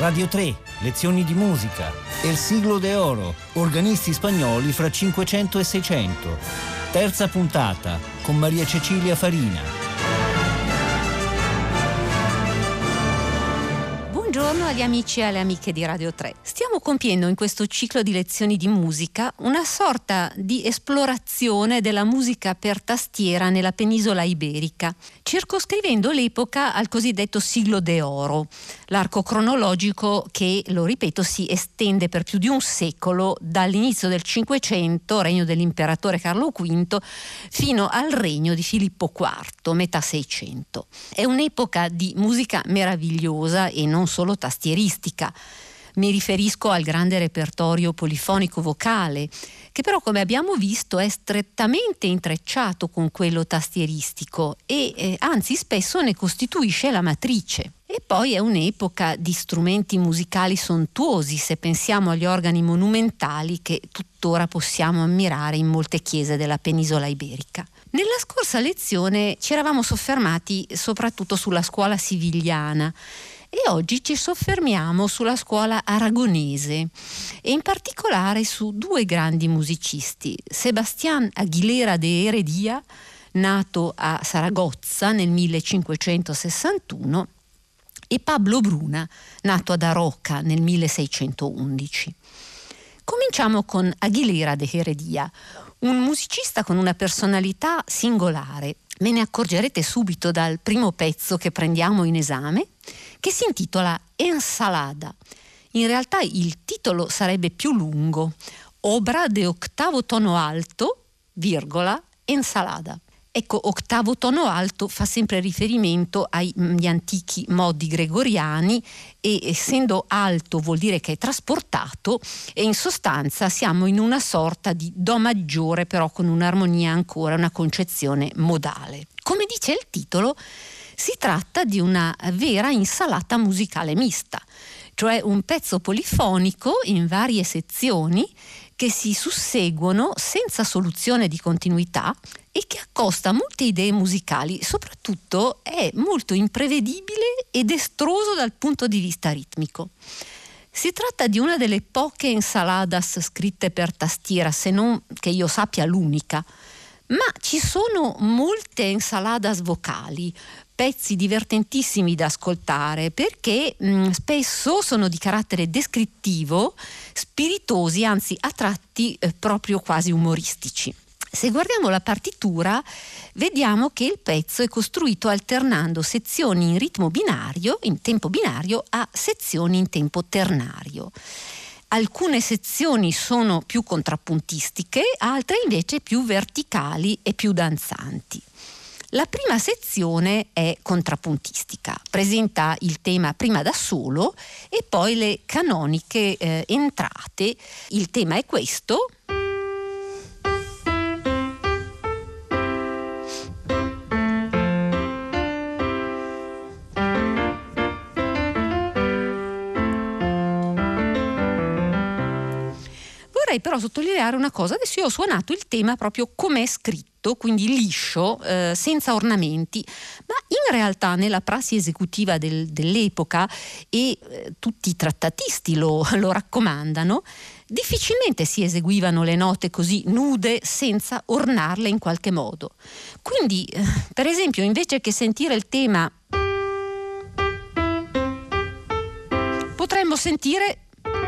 Radio 3, lezioni di musica. El Siglo de Oro, organisti spagnoli fra 500 e 600. Terza puntata, con Maria Cecilia Farina. Buongiorno agli amici e alle amiche di Radio 3. Stiamo compiendo in questo ciclo di lezioni di musica una sorta di esplorazione della musica per tastiera nella penisola iberica, circoscrivendo l'epoca al cosiddetto Siglo de Oro, l'arco cronologico che, lo ripeto, si estende per più di un secolo dall'inizio del Cinquecento, regno dell'imperatore Carlo V, fino al regno di Filippo IV, metà Seicento. È un'epoca di musica meravigliosa e non solo tastieristica. Mi riferisco al grande repertorio polifonico vocale, che però, come abbiamo visto, è strettamente intrecciato con quello tastieristico e anzi spesso ne costituisce la matrice. E poi è un'epoca di strumenti musicali sontuosi, se pensiamo agli organi monumentali che tuttora possiamo ammirare in molte chiese della penisola iberica. Nella scorsa lezione ci eravamo soffermati soprattutto sulla scuola sivigliana e oggi ci soffermiamo sulla scuola aragonese e in particolare su due grandi musicisti, Sebastián Aguilera de Heredia, nato a Saragozza nel 1561, e Pablo Bruna, nato ad Aroca nel 1611. Cominciamo con Aguilera de Heredia, un musicista con una personalità singolare. Ve ne accorgerete subito dal primo pezzo che prendiamo in esame, che si intitola Ensalada. In realtà il titolo sarebbe più lungo: Obra de octavo tono alto, virgola, Ensalada. Ecco, ottavo tono alto fa sempre riferimento agli antichi modi gregoriani e essendo alto vuol dire che è trasportato e in sostanza siamo in una sorta di do maggiore, però con un'armonia ancora, una concezione modale. Come dice il titolo, si tratta di una vera insalata musicale mista, cioè un pezzo polifonico in varie sezioni che si susseguono senza soluzione di continuità e che accosta molte idee musicali, soprattutto è molto imprevedibile ed estroso dal punto di vista ritmico. Si tratta di una delle poche ensaladas scritte per tastiera, se non che io sappia l'unica, ma ci sono molte ensaladas vocali, pezzi divertentissimi da ascoltare perché spesso sono di carattere descrittivo, spiritosi, anzi a tratti proprio quasi umoristici. Se guardiamo la partitura vediamo che il pezzo è costruito alternando sezioni in ritmo binario, in tempo binario, a sezioni in tempo ternario. Alcune sezioni sono più contrappuntistiche, altre invece più verticali e più danzanti. La prima sezione è contrappuntistica, presenta il tema prima da solo e poi le canoniche entrate. Il tema è questo. Vorrei però sottolineare una cosa: adesso io ho suonato il tema proprio come è scritto, quindi liscio, senza ornamenti, ma in realtà nella prassi esecutiva dell'epoca, e tutti i trattatisti lo raccomandano, difficilmente si eseguivano le note così nude senza ornarle in qualche modo. Quindi, per esempio, invece che sentire il tema, potremmo sentire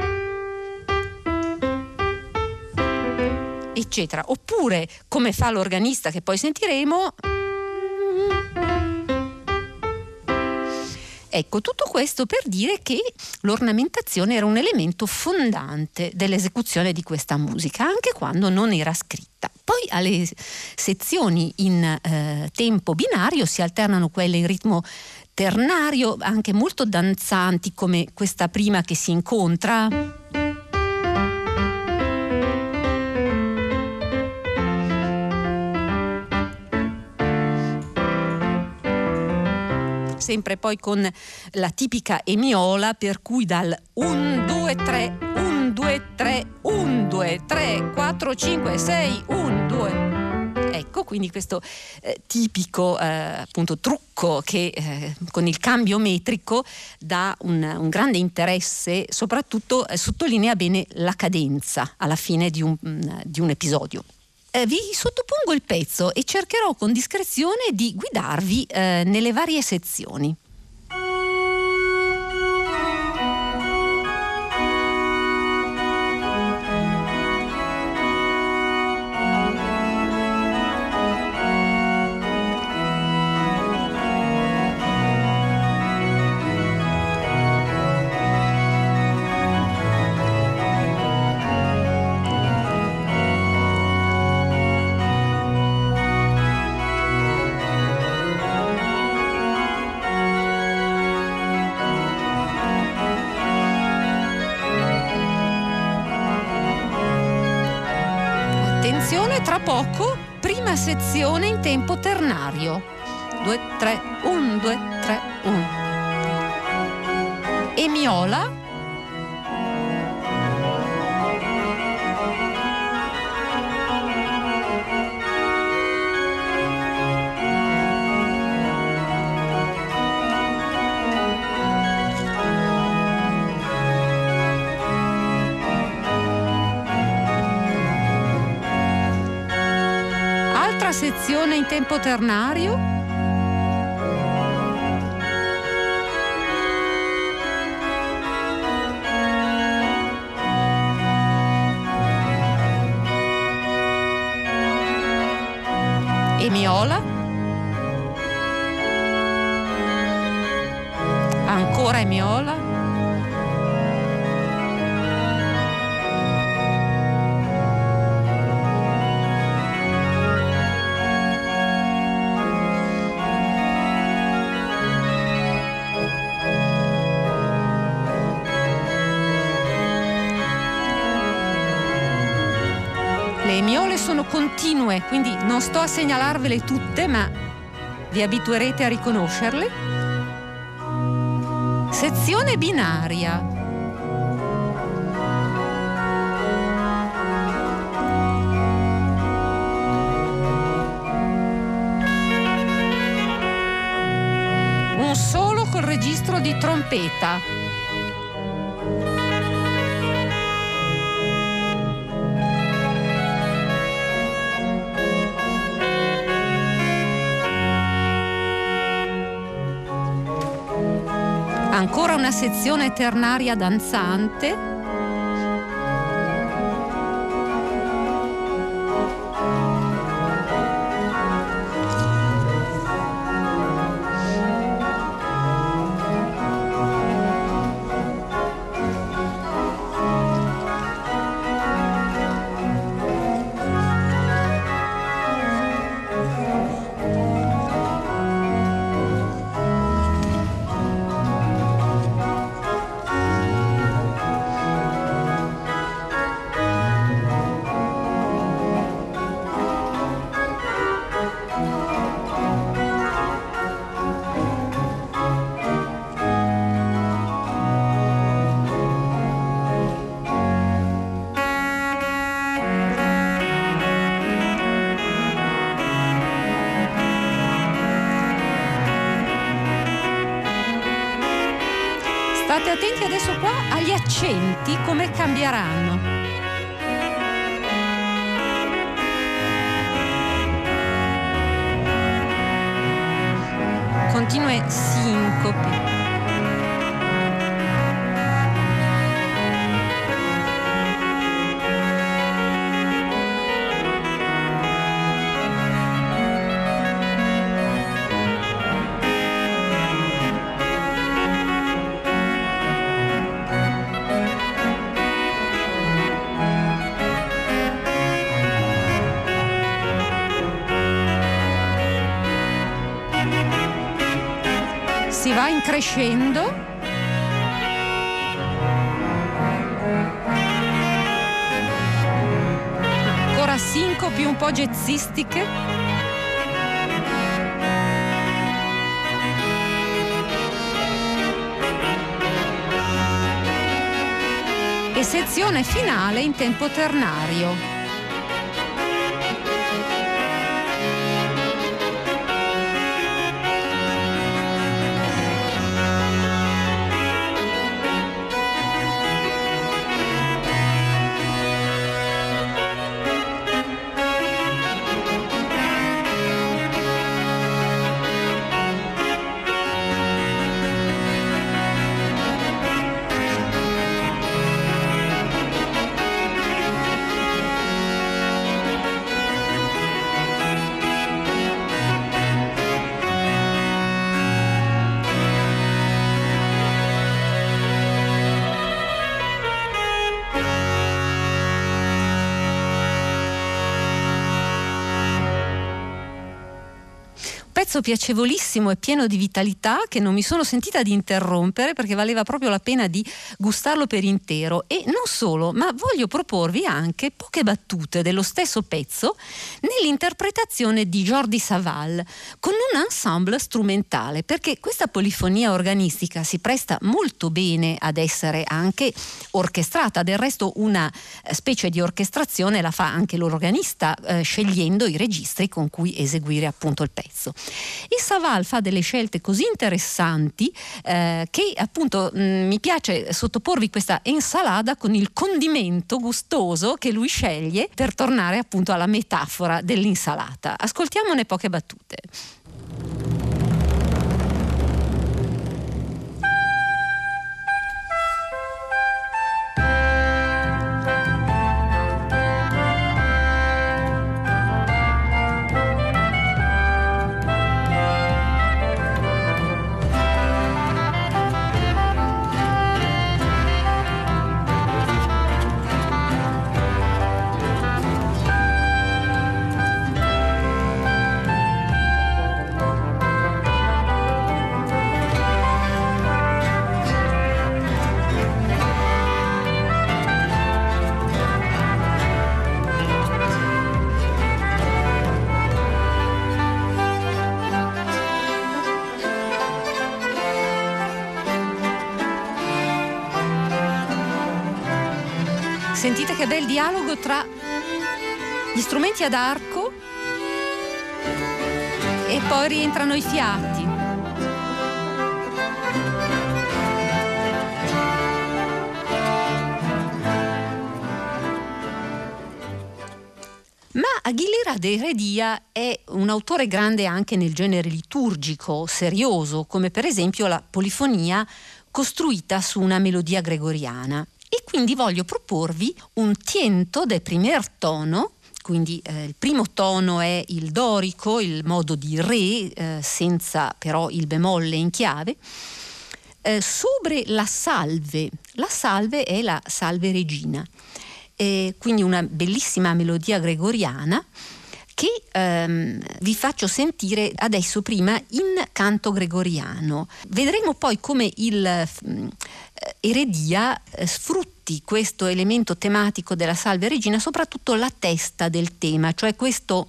eccetera, oppure come fa l'organista che poi sentiremo. Ecco, tutto questo per dire che l'ornamentazione era un elemento fondante dell'esecuzione di questa musica, anche quando non era scritta. Poi alle sezioni in tempo binario si alternano quelle in ritmo ternario, anche molto danzanti, come questa prima che si incontra. Sempre poi con la tipica emiola, per cui dal 1, 2, 3, 1, 2, 3, 1, 2, 3, 4, 5, 6, 1, 2. Ecco, tempo, quindi questo tipico appunto trucco che con il cambio metrico dà un grande interesse, soprattutto sottolinea bene la cadenza alla fine di un episodio. Vi sottopongo il pezzo e cercherò con discrezione di guidarvi nelle varie sezioni. Tra poco, prima sezione in tempo ternario. 2, 3, 1, 2, 3, 1. E miola. Sezione in tempo ternario. E miola. Ancora e miola. Le miole sono continue, quindi non sto a segnalarvele tutte, ma vi abituerete a riconoscerle. Sezione binaria. Un solo col registro di trompeta. Ancora una sezione ternaria danzante. State attenti adesso qua agli accenti, come cambieranno. Continue sincopi. Si va in crescendo. Ancora sincopi un po' jazzistiche. E sezione finale in tempo ternario. pezzo piacevolissimo e pieno di vitalità che non mi sono sentita di interrompere perché valeva proprio la pena di gustarlo per intero. E non solo, ma voglio proporvi anche poche battute dello stesso pezzo nell'interpretazione di Jordi Savall con un ensemble strumentale, perché questa polifonia organistica si presta molto bene ad essere anche orchestrata. Del resto una specie di orchestrazione la fa anche l'organista scegliendo i registri con cui eseguire appunto il pezzo. E Savall fa delle scelte così interessanti che appunto mi piace sottoporvi questa insalata con il condimento gustoso che lui sceglie per tornare appunto alla metafora dell'insalata. Ascoltiamone poche battute. Sentite che bel dialogo tra gli strumenti ad arco e poi rientrano i fiati. Ma Aguilera de Heredia è un autore grande anche nel genere liturgico, serioso, come per esempio la polifonia costruita su una melodia gregoriana. E quindi voglio proporvi un tiento del primer tono, quindi il primo tono è il dorico, il modo di re, senza però il bemolle in chiave, sopra la salve. La salve è la salve regina, quindi una bellissima melodia gregoriana che vi faccio sentire adesso prima in canto gregoriano. Vedremo poi come il Heredia sfrutti questo elemento tematico della salve regina, soprattutto la testa del tema, cioè questo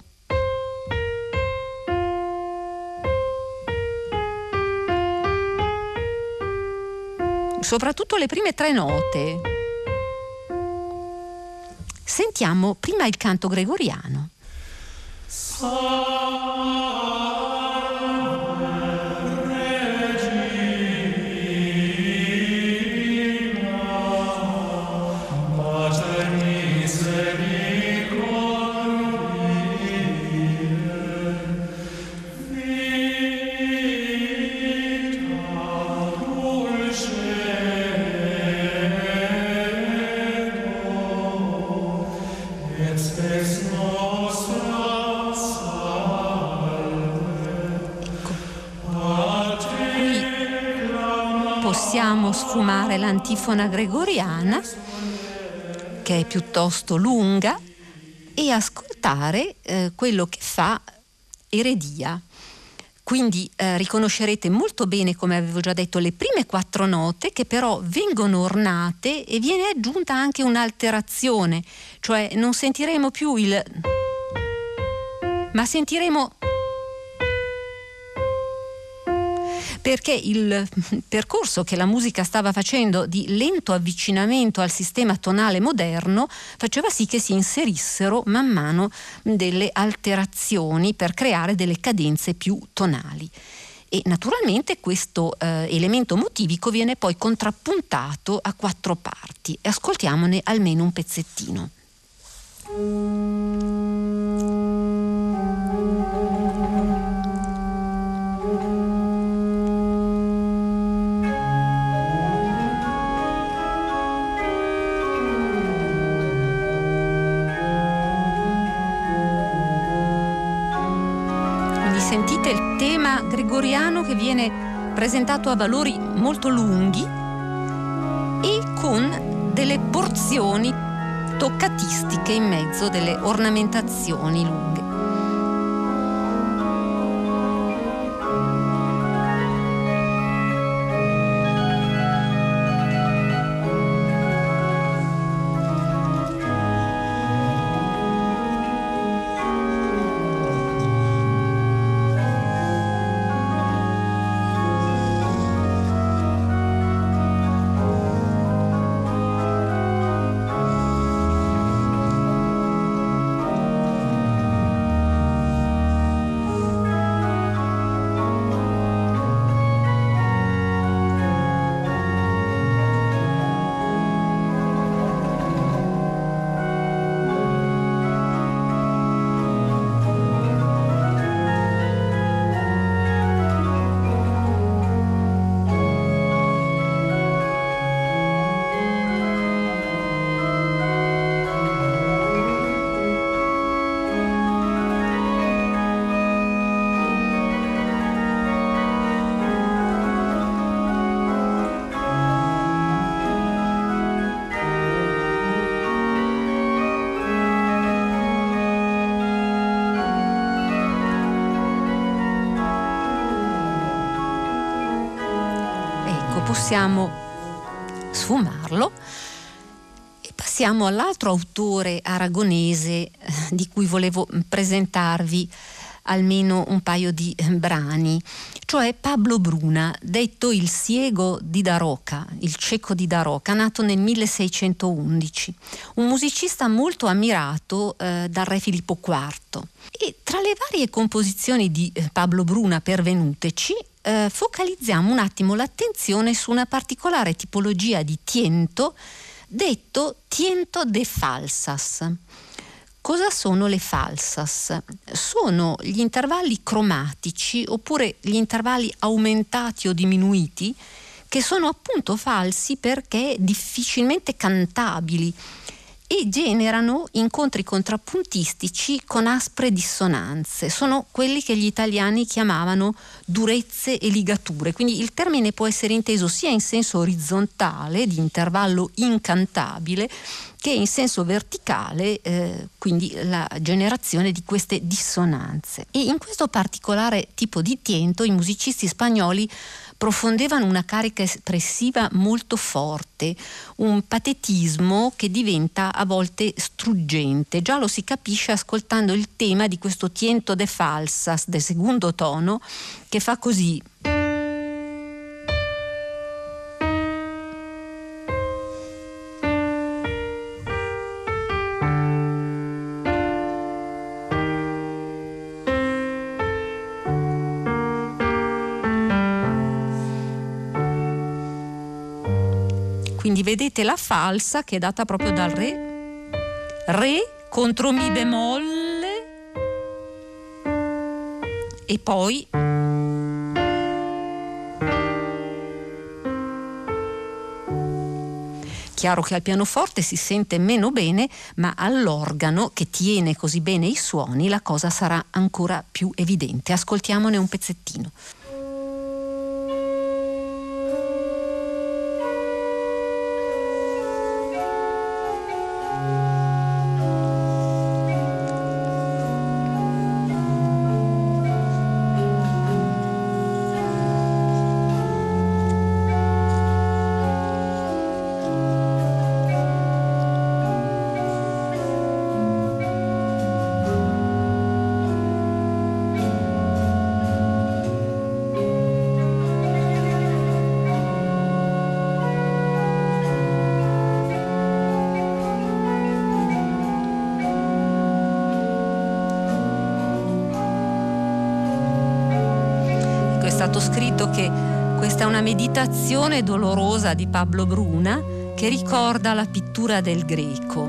soprattutto le prime tre note. Sentiamo prima il canto gregoriano. Possiamo sfumare l'antifona gregoriana, che è piuttosto lunga, e ascoltare quello che fa Heredia. Quindi riconoscerete molto bene, come avevo già detto, le prime quattro note, che però vengono ornate e viene aggiunta anche un'alterazione, cioè non sentiremo più il, ma sentiremo, perché il percorso che la musica stava facendo di lento avvicinamento al sistema tonale moderno faceva sì che si inserissero man mano delle alterazioni per creare delle cadenze più tonali. E naturalmente questo elemento motivico viene poi contrappuntato a quattro parti. E ascoltiamone almeno un pezzettino. Sentite il tema gregoriano che viene presentato a valori molto lunghi e con delle porzioni toccatistiche in mezzo, delle ornamentazioni lunghe. Ecco, possiamo sfumarlo e passiamo all'altro autore aragonese di cui volevo presentarvi almeno un paio di brani, cioè Pablo Bruna, detto il Ciego di Daroca, il cieco di Daroca, nato nel 1611, un musicista molto ammirato dal re Filippo IV. E tra le varie composizioni di Pablo Bruna pervenuteci, focalizziamo un attimo l'attenzione su una particolare tipologia di tiento detto tiento de falsas. Cosa sono le falsas? Sono gli intervalli cromatici oppure gli intervalli aumentati o diminuiti che sono appunto falsi perché difficilmente cantabili e generano incontri contrappuntistici con aspre dissonanze. Sono quelli che gli italiani chiamavano durezze e ligature, quindi il termine può essere inteso sia in senso orizzontale, di intervallo incantabile, che in senso verticale, quindi la generazione di queste dissonanze. E in questo particolare tipo di tiento i musicisti spagnoli profondevano una carica espressiva molto forte, un patetismo che diventa a volte struggente. Già lo si capisce ascoltando il tema di questo tiento de falsas, del secondo tono, che fa così. Quindi vedete la falsa che è data proprio dal re contro mi bemolle e poi chiaro che al pianoforte si sente meno bene, ma all'organo che tiene così bene i suoni la cosa sarà ancora più evidente. Ascoltiamone un pezzettino. È stato scritto che questa è una meditazione dolorosa di Pablo Bruna che ricorda la pittura del Greco.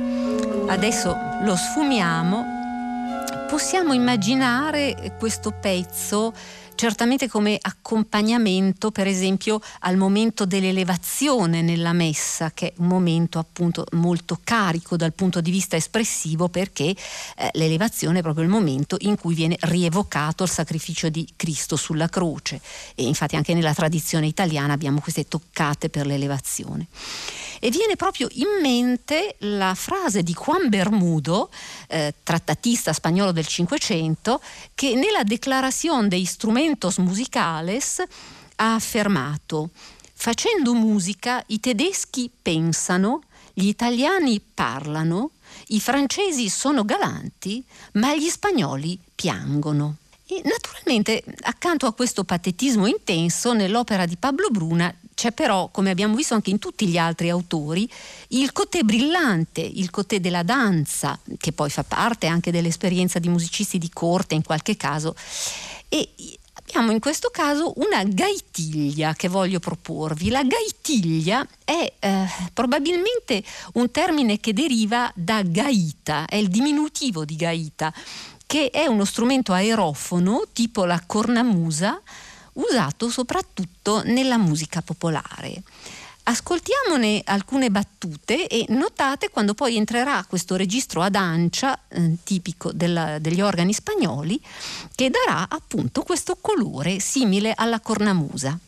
Adesso lo sfumiamo. Possiamo immaginare questo pezzo certamente come accompagnamento, per esempio, al momento dell'elevazione nella messa, che è un momento appunto molto carico dal punto di vista espressivo, perché l'elevazione è proprio il momento in cui viene rievocato il sacrificio di Cristo sulla croce, e infatti anche nella tradizione italiana abbiamo queste toccate per l'elevazione. E viene proprio in mente la frase di Juan Bermudo, trattatista spagnolo del Cinquecento, che nella Declaración de Instrumentos Musicales ha affermato: facendo musica i tedeschi pensano, gli italiani parlano, i francesi sono galanti, ma gli spagnoli piangono. E naturalmente accanto a questo patetismo intenso nell'opera di Pablo Bruna c'è però, come abbiamo visto anche in tutti gli altri autori, il côté brillante, il côté della danza, che poi fa parte anche dell'esperienza di musicisti di corte in qualche caso. E abbiamo in questo caso una gaitiglia che voglio proporvi. La gaitiglia è probabilmente un termine che deriva da gaita, è il diminutivo di gaita, che è uno strumento aerofono tipo la cornamusa, usato soprattutto nella musica popolare. Ascoltiamone alcune battute e notate quando poi entrerà questo registro ad ancia, tipico degli organi spagnoli, che darà appunto questo colore simile alla cornamusa.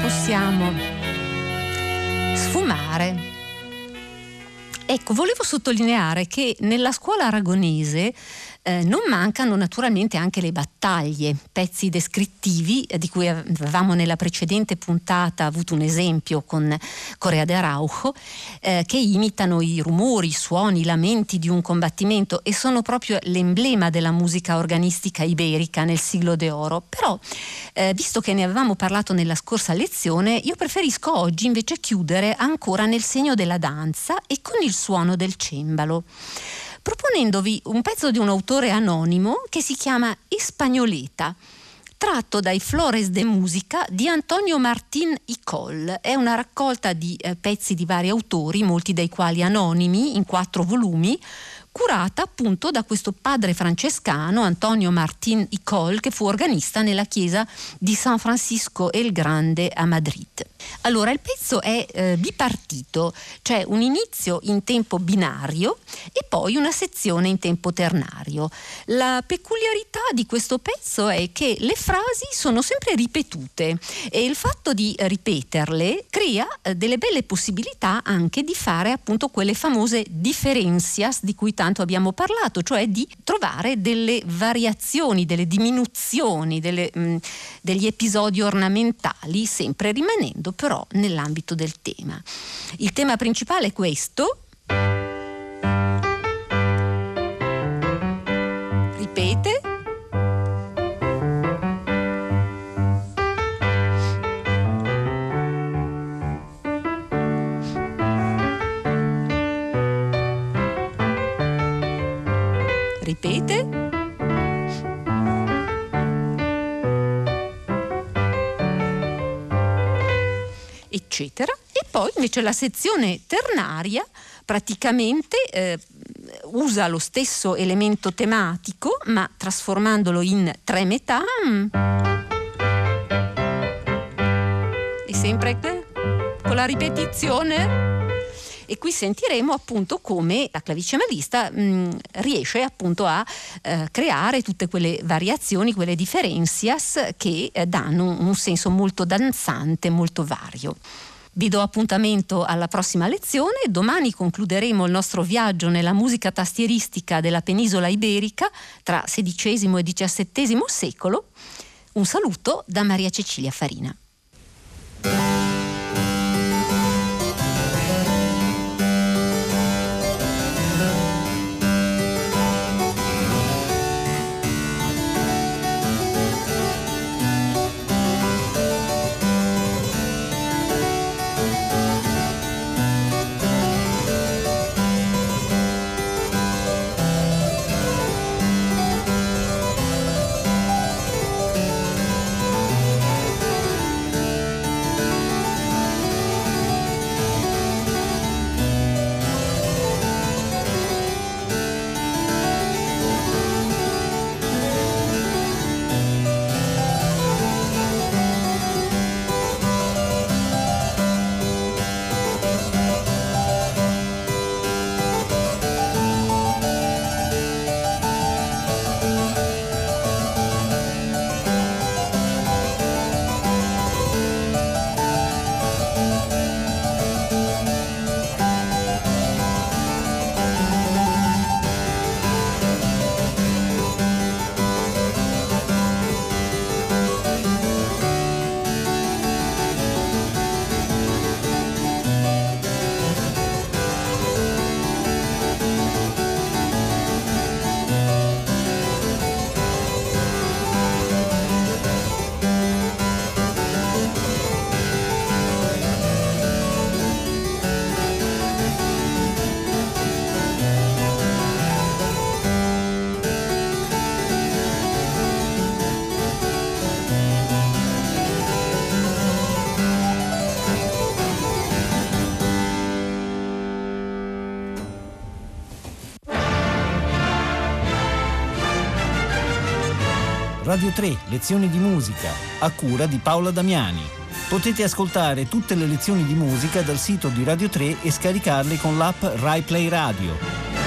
possiamo sfumare. Ecco, volevo sottolineare che nella scuola aragonese non mancano naturalmente anche le battaglie, pezzi descrittivi di cui avevamo nella precedente puntata avuto un esempio con Correa de Araujo, che imitano i rumori, i suoni, i lamenti di un combattimento e sono proprio l'emblema della musica organistica iberica nel siglo d'oro. Però, visto che ne avevamo parlato nella scorsa lezione, io preferisco oggi invece chiudere ancora nel segno della danza e con il suono del cembalo, proponendovi un pezzo di un autore anonimo che si chiama Españoleta, tratto dai Flores de Música di Antonio Martín y Coll. È una raccolta di pezzi di vari autori, molti dei quali anonimi, in 4 volumi, curata appunto da questo padre francescano Antonio Martín y Coll, che fu organista nella chiesa di San Francisco el Grande a Madrid. Allora, il pezzo è bipartito, cioè un inizio in tempo binario e poi una sezione in tempo ternario. La peculiarità di questo pezzo è che le frasi sono sempre ripetute e il fatto di ripeterle crea delle belle possibilità anche di fare appunto quelle famose differencias di cui tanto abbiamo parlato, cioè di trovare delle variazioni, delle diminuzioni, degli episodi ornamentali, sempre rimanendo però nell'ambito del tema. Il tema principale è questo. Ripete. Ripete. Eccetera. E poi invece la sezione ternaria praticamente usa lo stesso elemento tematico ma trasformandolo in 3 metà e sempre con la ripetizione. E qui sentiremo appunto come la clavicemalista riesce appunto a creare tutte quelle variazioni, quelle differencias che danno un senso molto danzante, molto vario. Vi do appuntamento alla prossima lezione. Domani concluderemo il nostro viaggio nella musica tastieristica della penisola iberica tra XVI e XVII secolo. Un saluto da Maria Cecilia Farina. Radio 3, lezioni di musica, a cura di Paola Damiani. Potete ascoltare tutte le lezioni di musica dal sito di Radio 3 e scaricarle con l'app Rai Play Radio.